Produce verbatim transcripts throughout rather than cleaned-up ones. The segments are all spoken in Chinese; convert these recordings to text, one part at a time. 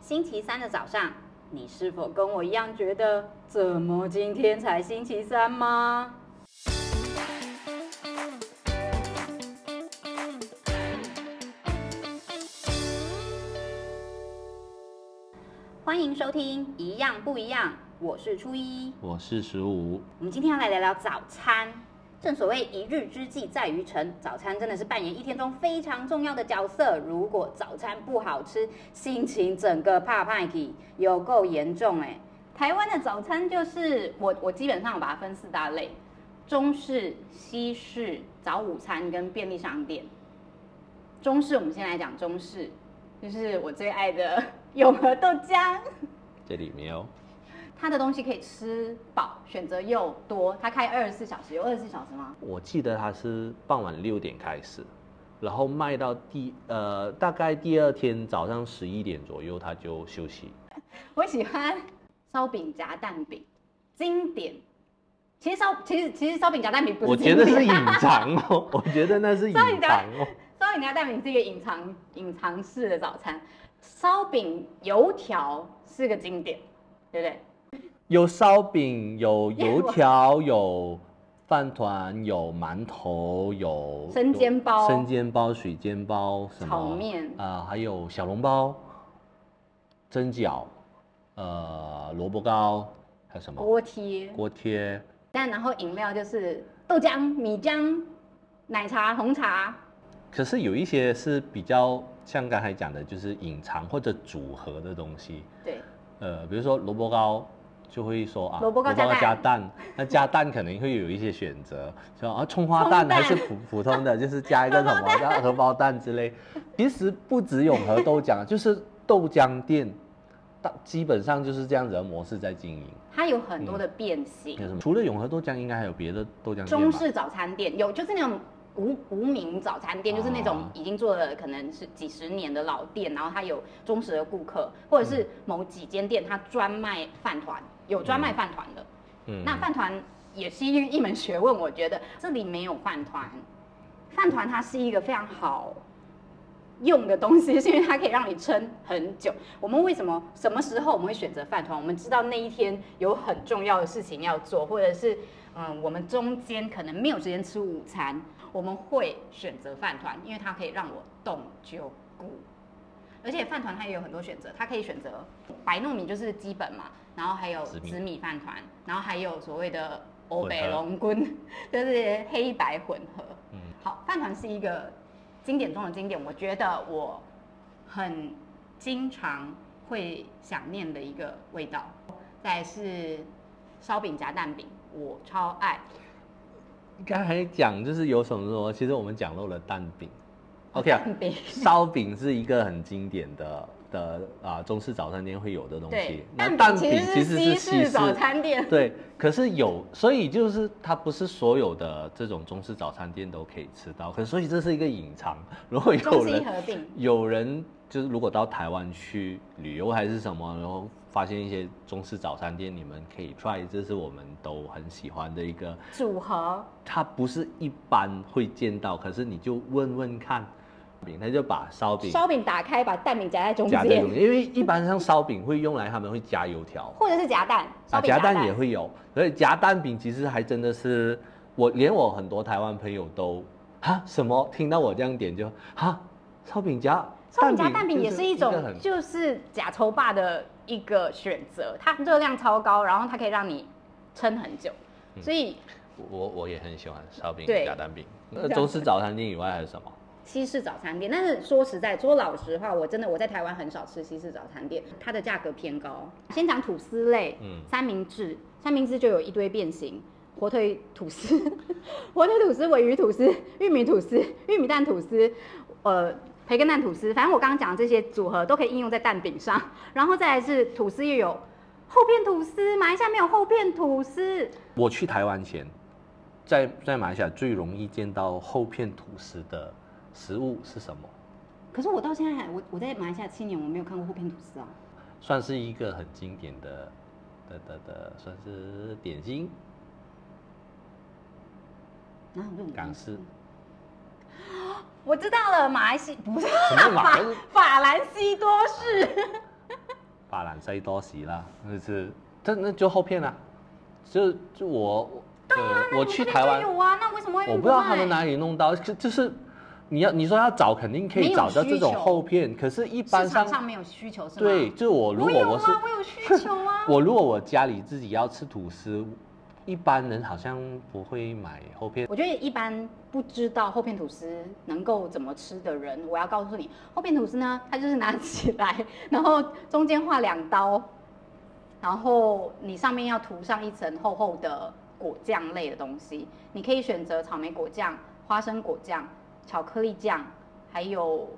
星期三的早上，你是否跟我一样觉得，怎么今天才星期三吗？欢迎收听《一样不一样》，我是初一， 我是十五。 我们今天要来聊聊早餐。正所谓一日之计在于晨，早餐真的是扮演一天中非常重要的角色。如果早餐不好吃，心情整个怕派起，有够严重哎。台湾的早餐就是我我基本上我把它分四大类：中式、西式、早午餐跟便利商店。中式我们先来讲中式，就是我最爱的永和豆浆。 这里没有。 它的东西可以吃饱，选择又多。它开二十四小时，有二十四小时吗？ 我记得它是傍晚六点开始，然后卖到第呃大概第二天早上十一点左右，它就休息。 我喜欢烧饼夹蛋饼，经典。其实烧其实其实烧饼夹蛋饼不是我觉得是隐藏哦，我觉得那是隐藏哦。 烧饼夹蛋饼是一个隐藏隐藏式的早餐，烧饼油条是个经典，对不对？ 有烧饼，有油条，有饭团，有馒头，有生煎包、 生煎包、水煎包，什么炒面啊、呃，还有小笼包、蒸饺，呃，萝卜糕，还有什么锅贴、 锅贴。 但然后饮料就是豆浆、米浆、奶茶、红茶。 可是有一些是比较像刚才讲的，就是隐藏或者组合的东西。 对。 呃，比如说萝卜糕。就会说啊， 萝卜糕加蛋， 加蛋，那加蛋可能会有一些选择，说啊葱花蛋还是普普通的，就是加一个什么加荷包蛋之类。其实不只永和豆浆，就是豆浆店，基本上就是这样子的模式在经营。 它有很多的变形。 嗯、除了永和豆浆，应该还有别的豆浆店。 中式早餐店有，就是那种无无名早餐店，就是那种已经做了可能是几十年的老店，然后它有忠实的顾客，或者是某几间店它专卖饭团。有专卖饭团的，嗯，那饭团也是一门学问。我觉得这里没有饭团，饭团它是一个非常好用的东西，是因为它可以让你撑很久。我们为什么什么时候我们会选择饭团？我们知道那一天有很重要的事情要做，或者是嗯，我们中间可能没有时间吃午餐，我们会选择饭团，因为它可以让我动就顾。而且饭团它也有很多选择，它可以选择白糯米就是基本嘛，然后还有紫米饭团，然后还有所谓的欧北龙棍，就是黑白混合。嗯，好，饭团是一个经典中的经典，我觉得我很经常会想念的一个味道。再来是烧饼夹蛋饼，我超爱。 刚才讲就是有什么说，其实我们讲漏了蛋饼。OK 啊，烧饼是一个很经典的的啊中式早餐店会有的东西。 那蛋饼其实是西式早餐店。 对，可是有，所以就是它不是所有的这种中式早餐店都可以吃到。可是所以这是一个隐藏。如果有人有人就是如果到台湾去旅游还是什么，然后发现一些中式早餐店，你们可以 try， 这是我们都很喜欢的一个组合。 它不是一般会见到，可是你就问问看。他就把烧饼烧饼打开，把蛋饼夹在中间。 夹在中间，因为一般像烧饼会用来他们会夹油条， 或者是夹蛋。 啊，夹蛋也会有，所以夹蛋饼其实还真的是我连我很多台湾朋友都哈什么听到我这样点就哈烧饼夹烧饼夹蛋饼也是一种就是假抽霸的一个选择，它热量超高，然后它可以让你撑很久，所以我我也很喜欢烧饼夹蛋饼。那中式早餐店以外还有什么？ 西式早餐店，但是说实在，说老实话，我真的我在台湾很少吃西式早餐店，它的价格偏高。先讲吐司类，嗯，三明治，三明治就有一堆变形，火腿吐司、火腿吐司、鲔鱼吐司、玉米吐司、玉米蛋吐司，呃，培根蛋吐司，反正我刚刚讲的这些组合都可以应用在蛋饼上。然后再来是吐司又有厚片吐司，马来西亚没有厚片吐司。 我去台湾前，在在马来西亚最容易见到厚片吐司的食物是什么？ 可是我到现在还我我在马来西亚七年，我没有看过厚片吐司啊。 算是一个很经典的的的的，算是点心。 哪有这种港式？ 我知道了，马来西不是什么马法法兰西多士。 法兰西多士啦，就是这那就厚片啊，就就我对啊， 呃我去台湾有啊，那为什么会我不知道他们哪里弄到，就就是你要你说要找肯定可以找到这种厚片，可是一般上市场上没有需求是吗？ 对，就我如果我是我有啊，我有需求啊。 我如果我家里自己要吃吐司。一般人好像不会买厚片。 我觉得一般不知道厚片吐司能够怎么吃的人，我要告诉你，厚片吐司呢，它就是拿起来，然后中间划两刀，然后你上面要涂上一层厚厚的果酱类的东西。你可以选择草莓果酱、花生果酱、巧克力酱，还有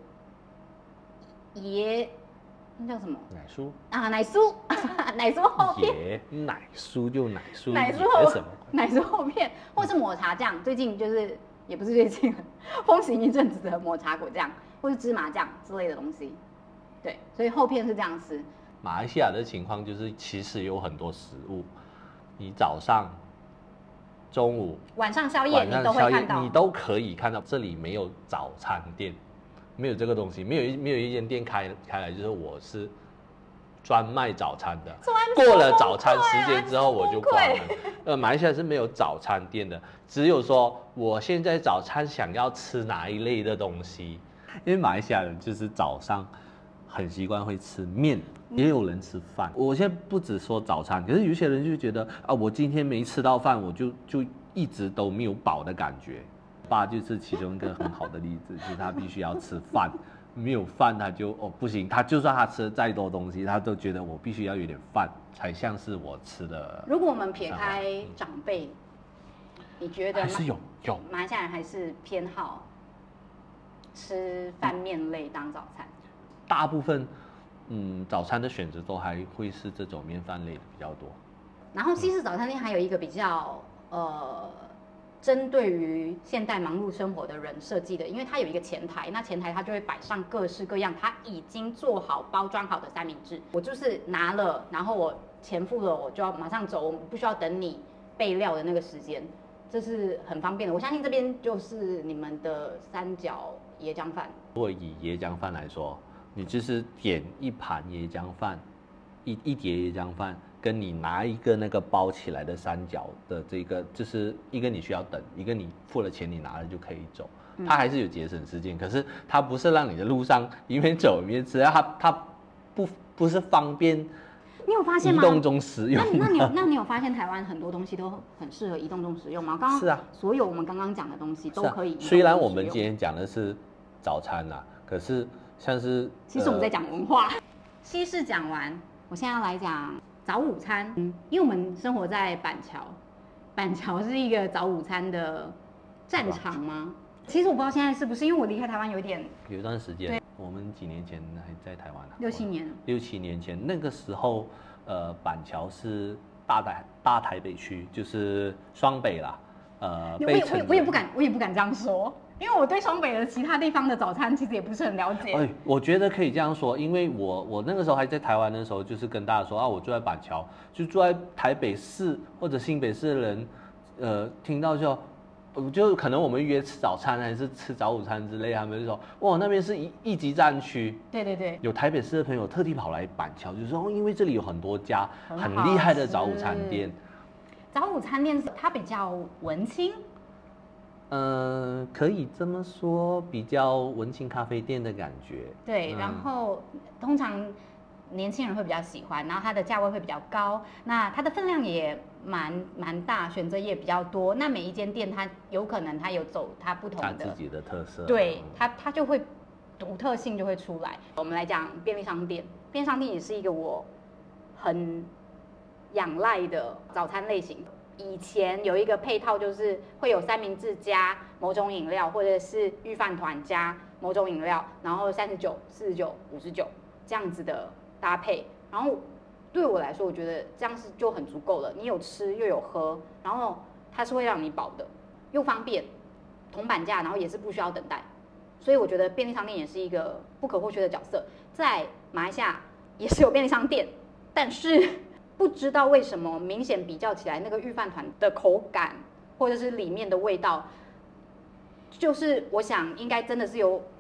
椰。那叫什么？ 奶酥啊，奶酥，奶酥厚片。 奶酥就奶酥， 奶酥厚什么？ 奶酥厚片，或是抹茶酱。最近就是也不是最近，风行一阵子的抹茶果酱，或是芝麻酱之类的东西。对，所以厚片是这样吃。 马来西亚的情况就是，其实有很多食物，你早上、中午、 晚上宵夜你都会看到， 你都可以看到。这里没有早餐店。没有这个东西，没有一没有一间店开开来，就是我是专卖早餐的。过了早餐时间之后我就关了。呃，马来西亚是没有早餐店的，只有说我现在早餐想要吃哪一类的东西。因为马来西亚人就是早上很习惯会吃面，也有人吃饭。我现在不只说早餐，可是有些人就觉得啊，我今天没吃到饭，我就就一直都没有饱的感觉。爸就是其中一个很好的例子，就是他必须要吃饭，没有饭他就哦不行，他就算他吃再多东西，他都觉得我必须要有点饭才像是我吃的。 如果我们撇开长辈，嗯、你觉得还是有有马来西亚人还是偏好吃饭面类当早餐？ 大部分嗯早餐的选择都还会是这种面饭类的比较多。 然后西式早餐店还有一个比较呃。针对于现代忙碌生活的人设计的，因为它有一个前台，那前台它就会摆上各式各样它已经做好包装好的三明治。我就是拿了，然后我钱付了，我就要马上走，我不需要等你备料的那个时间，这是很方便的。我相信这边就是你们的三角椰浆饭。 如果以椰浆饭来说，你就是点一盘椰浆饭，一一碟椰浆饭。跟你拿一个那个包起来的三角的这个，就是一个你需要等，一个你付了钱你拿了就可以走，它还是有节省时间，可是它不是让你的路上一边走一边吃，它它不不是方便。 你有发现吗？ 移动中使用。 那那你有那你有发现台湾很多东西都很适合移动中使用吗？刚刚是啊， 所有我们刚刚讲的东西都可以移动中使用。 虽然我们今天讲的是早餐啦，可是像是其实我们在讲文化。呃、西式讲完，我现在要来讲。早午餐，嗯，因为我们生活在板桥，板桥是一个早午餐的战场吗？其实我不知道现在是不是，因为我离开台湾有点有一段时间，我们几年前还在台湾啊， 六七年， 六七年前那个时候，呃，板桥是大台大台北区，就是双北啦，呃， 我也我也不敢，我也不敢这样说。因为我对双北的其他地方的早餐其实也不是很了解。 哎，我觉得可以这样说，因为我我那个时候还在台湾的时候，就是跟大家说啊，我住在板桥，就住在台北市或者新北市的人，呃，听到就，就可能我们约吃早餐还是吃早午餐之类，他们就说哇，那边是一一级战区。 对对对。 有台北市的朋友特地跑来板桥，就说、哦、因为这里有很多家很厉害的早午餐店。 早午餐店它比较文青。 嗯、呃，可以这么说，比较文青咖啡店的感觉。 对，嗯、然后通常年轻人会比较喜欢，然后它的价位会比较高，那它的分量也蛮蛮大，选择也比较多。那每一间店它有可能它有走它不同的它自己的特色， 对它它就会独特性就会出来。我们来讲便利商店，便利商店也是一个我很仰赖的早餐类型。以前有一个配套，就是会有三明治加某种饮料，或者是御饭团加某种饮料，然后三十九、四十九、五十九这样子的搭配。然后对我来说，我觉得这样是就很足够了。你有吃又有喝，然后它是会让你饱的，又方便，铜板价，然后也是不需要等待。所以我觉得便利商店也是一个不可或缺的角色。在马来西亚也是有便利商店，但是不知道为什么，明显比较起来，那个御饭团的口感或者是里面的味道，就是我想应该真的是有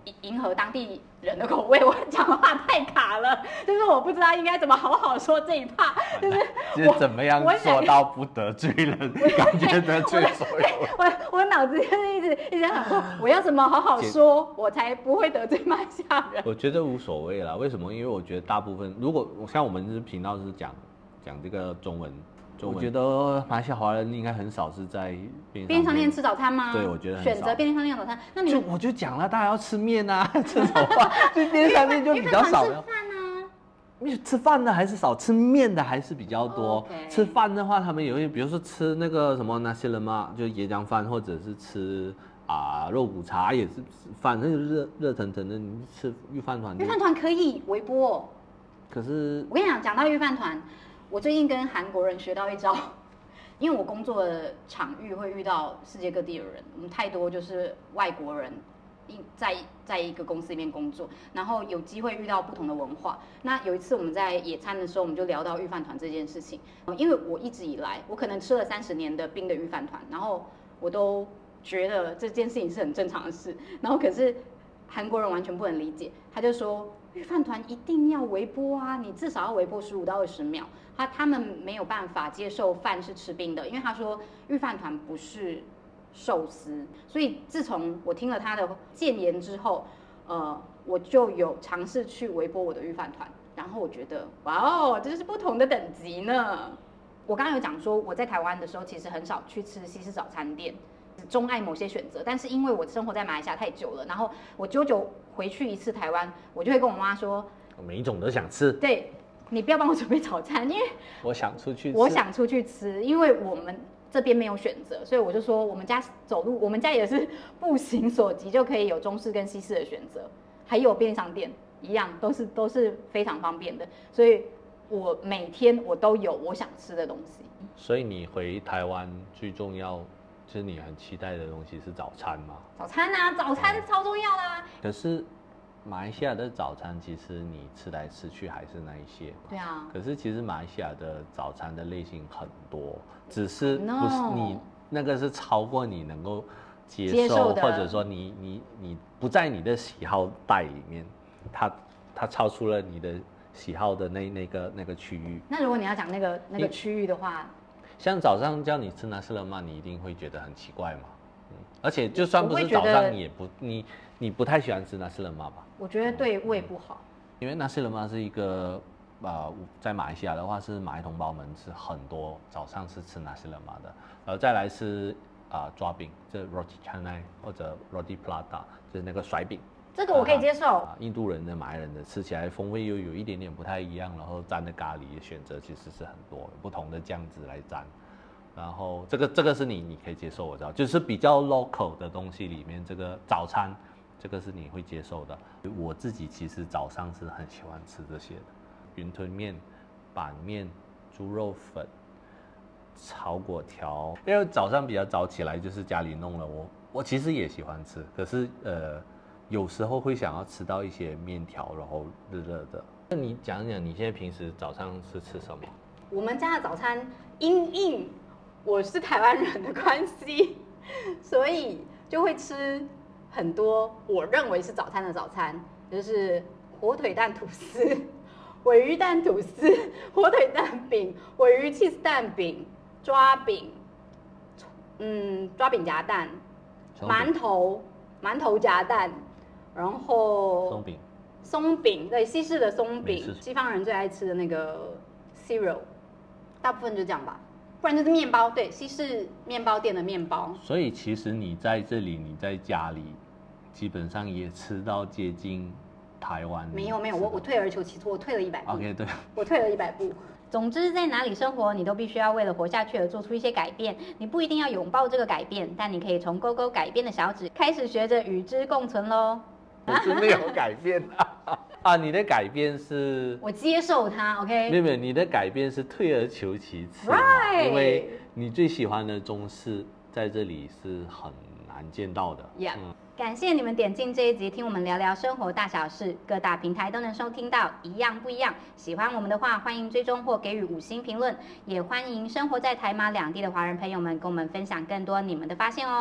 迎合当地人的口味，我讲话太卡了，就是我不知道应该怎么好好说这一趴，就是就是怎么样说到不得罪人，感觉得罪所有人。 我我脑子就是一直一直想说，我要怎么好好说，我才不会得罪马来西亚人。 我觉得无所谓啦，为什么？因为我觉得大部分，如果像我们这频道是讲讲这个中文。我觉得马来西亚华人应该很少是在便利商店吃早餐吗？ 对，我觉得很少选择便利商店早餐。那你就我就讲了，大家要吃面啊，吃什么饭？所以便利商店就比较少。 吃饭啊？ 因为吃饭的还是少，吃面的还是比较多。 Oh, okay. 吃饭的话，他们有一比如说吃那个什么那些人嘛，就是椰浆饭，或者是吃啊、呃、肉骨茶也是，反正就是热热腾腾的。你吃御饭团， 御饭团可以微波、哦。 可是我跟你讲，讲到御饭团。我最近跟韩国人学到一招，因为我工作的场域会遇到世界各地的人，我们太多就是外国人，在在一个公司里面工作，然后有机会遇到不同的文化。那有一次我们在野餐的时候，我们就聊到御饭团这件事情，因为我一直以来我可能吃了三十年的冰的御饭团，然后我都觉得这件事情是很正常的事，然后可是韩国人完全不能理解，他就说。御饭团一定要微波啊！你至少要微波十五到二十秒。他他们没有办法接受饭是吃冰的，因为他说御饭团不是寿司。所以自从我听了他的谏言之后，呃，我就有尝试去微波我的御饭团，然后我觉得哇哦，这是不同的等级呢。我刚刚有讲说我在台湾的时候，其实很少去吃西式早餐店。钟爱某些选择，但是因为我生活在马来西亚太久了，然后我久久回去一次台湾，我就会跟我妈说， 每一种都想吃。 对，你不要帮我准备早餐，因为我想出去吃。 我想出去吃，因为我们这边没有选择，所以我就说我们家走路，我们家也是步行所及就可以有中式跟西式的选择，还有便利商店一样，都是都是非常方便的，所以我每天我都有我想吃的东西。 所以你回台湾最重要。就是你很期待的东西是早餐吗？ 早餐啊，早餐超重要的啊。 可是马来西亚的早餐其实你吃来吃去还是那一些。 对啊。 可是其实马来西亚的早餐的类型很多，只是不是你那个是超过你能够接受，接受或者说你你你不在你的喜好带里面，它它超出了你的喜好的那那个那个区域。 那如果你要讲那个那个区域的话。 像早上叫你吃拿斯勒曼，你一定会觉得很奇怪嘛，嗯，而且就算不是早上，你也不你你不太喜欢吃拿斯勒曼吧？ 我觉得对胃不好， 因为拿斯勒曼是一个呃，在马来西亚的话是马来同胞们是很多早上是吃拿斯勒曼的，然后再来是啊、呃、抓饼，这 roti canai 或者 roti prata 就是那个甩饼。 这个我可以接受、 啊。印度人的、马来人的吃起来风味又有一点点不太一样，然后沾的咖喱的选择其实是很多，不同的酱汁来沾。然后这个这个是你你可以接受，我知道，就是比较 local 的东西里面，这个早餐这个是你会接受的。我自己其实早上是很喜欢吃这些的，云吞面、板面、猪肉粉、炒粿条。因为早上比较早起来，就是家里弄了，我我其实也喜欢吃，可是呃。有时候会想要吃到一些面条，然后热热的。那你讲讲你现在平时早上是吃什么？ 我们家的早餐，因应我是台湾人的关系，所以就会吃很多我认为是早餐的早餐，就是火腿蛋吐司、鲔鱼蛋吐司、火腿蛋饼、鲔鱼 cheese 蛋饼、抓饼，嗯，抓饼夹蛋、馒头、馒头夹蛋。然后松饼， 松饼对西式的松饼，西方人最爱吃的那个 cereal， 大部分就这样吧，不然就是面包，对西式面包店的面包。 所以其实你在这里，你在家里，基本上也吃到接近台湾。 没有没有，我我退而求其次，我退了一百步。 OK， 对， 我退了一百步。总之，在哪里生活，你都必须要为了活下去而做出一些改变。你不一定要拥抱这个改变，但你可以从勾勾改变的小指开始学着与之共存喽。 我是没有改变啊！啊，你的改变是， 我接受它 ，OK？ 没有没有，你的改变是退而求其次， right. 因为你最喜欢的中式在这里是很难见到的。 Yeah. 嗯、感谢你们点进这一集，听我们聊聊生活大小事，各大平台都能收听到，一样不一样。喜欢我们的话，欢迎追踪或给予五星评论，也欢迎生活在台马两地的华人朋友们跟我们分享更多你们的发现哦。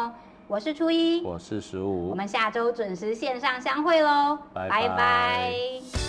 我是初一， 我是十五， 我们下周准时线上相会喽， 拜拜拜。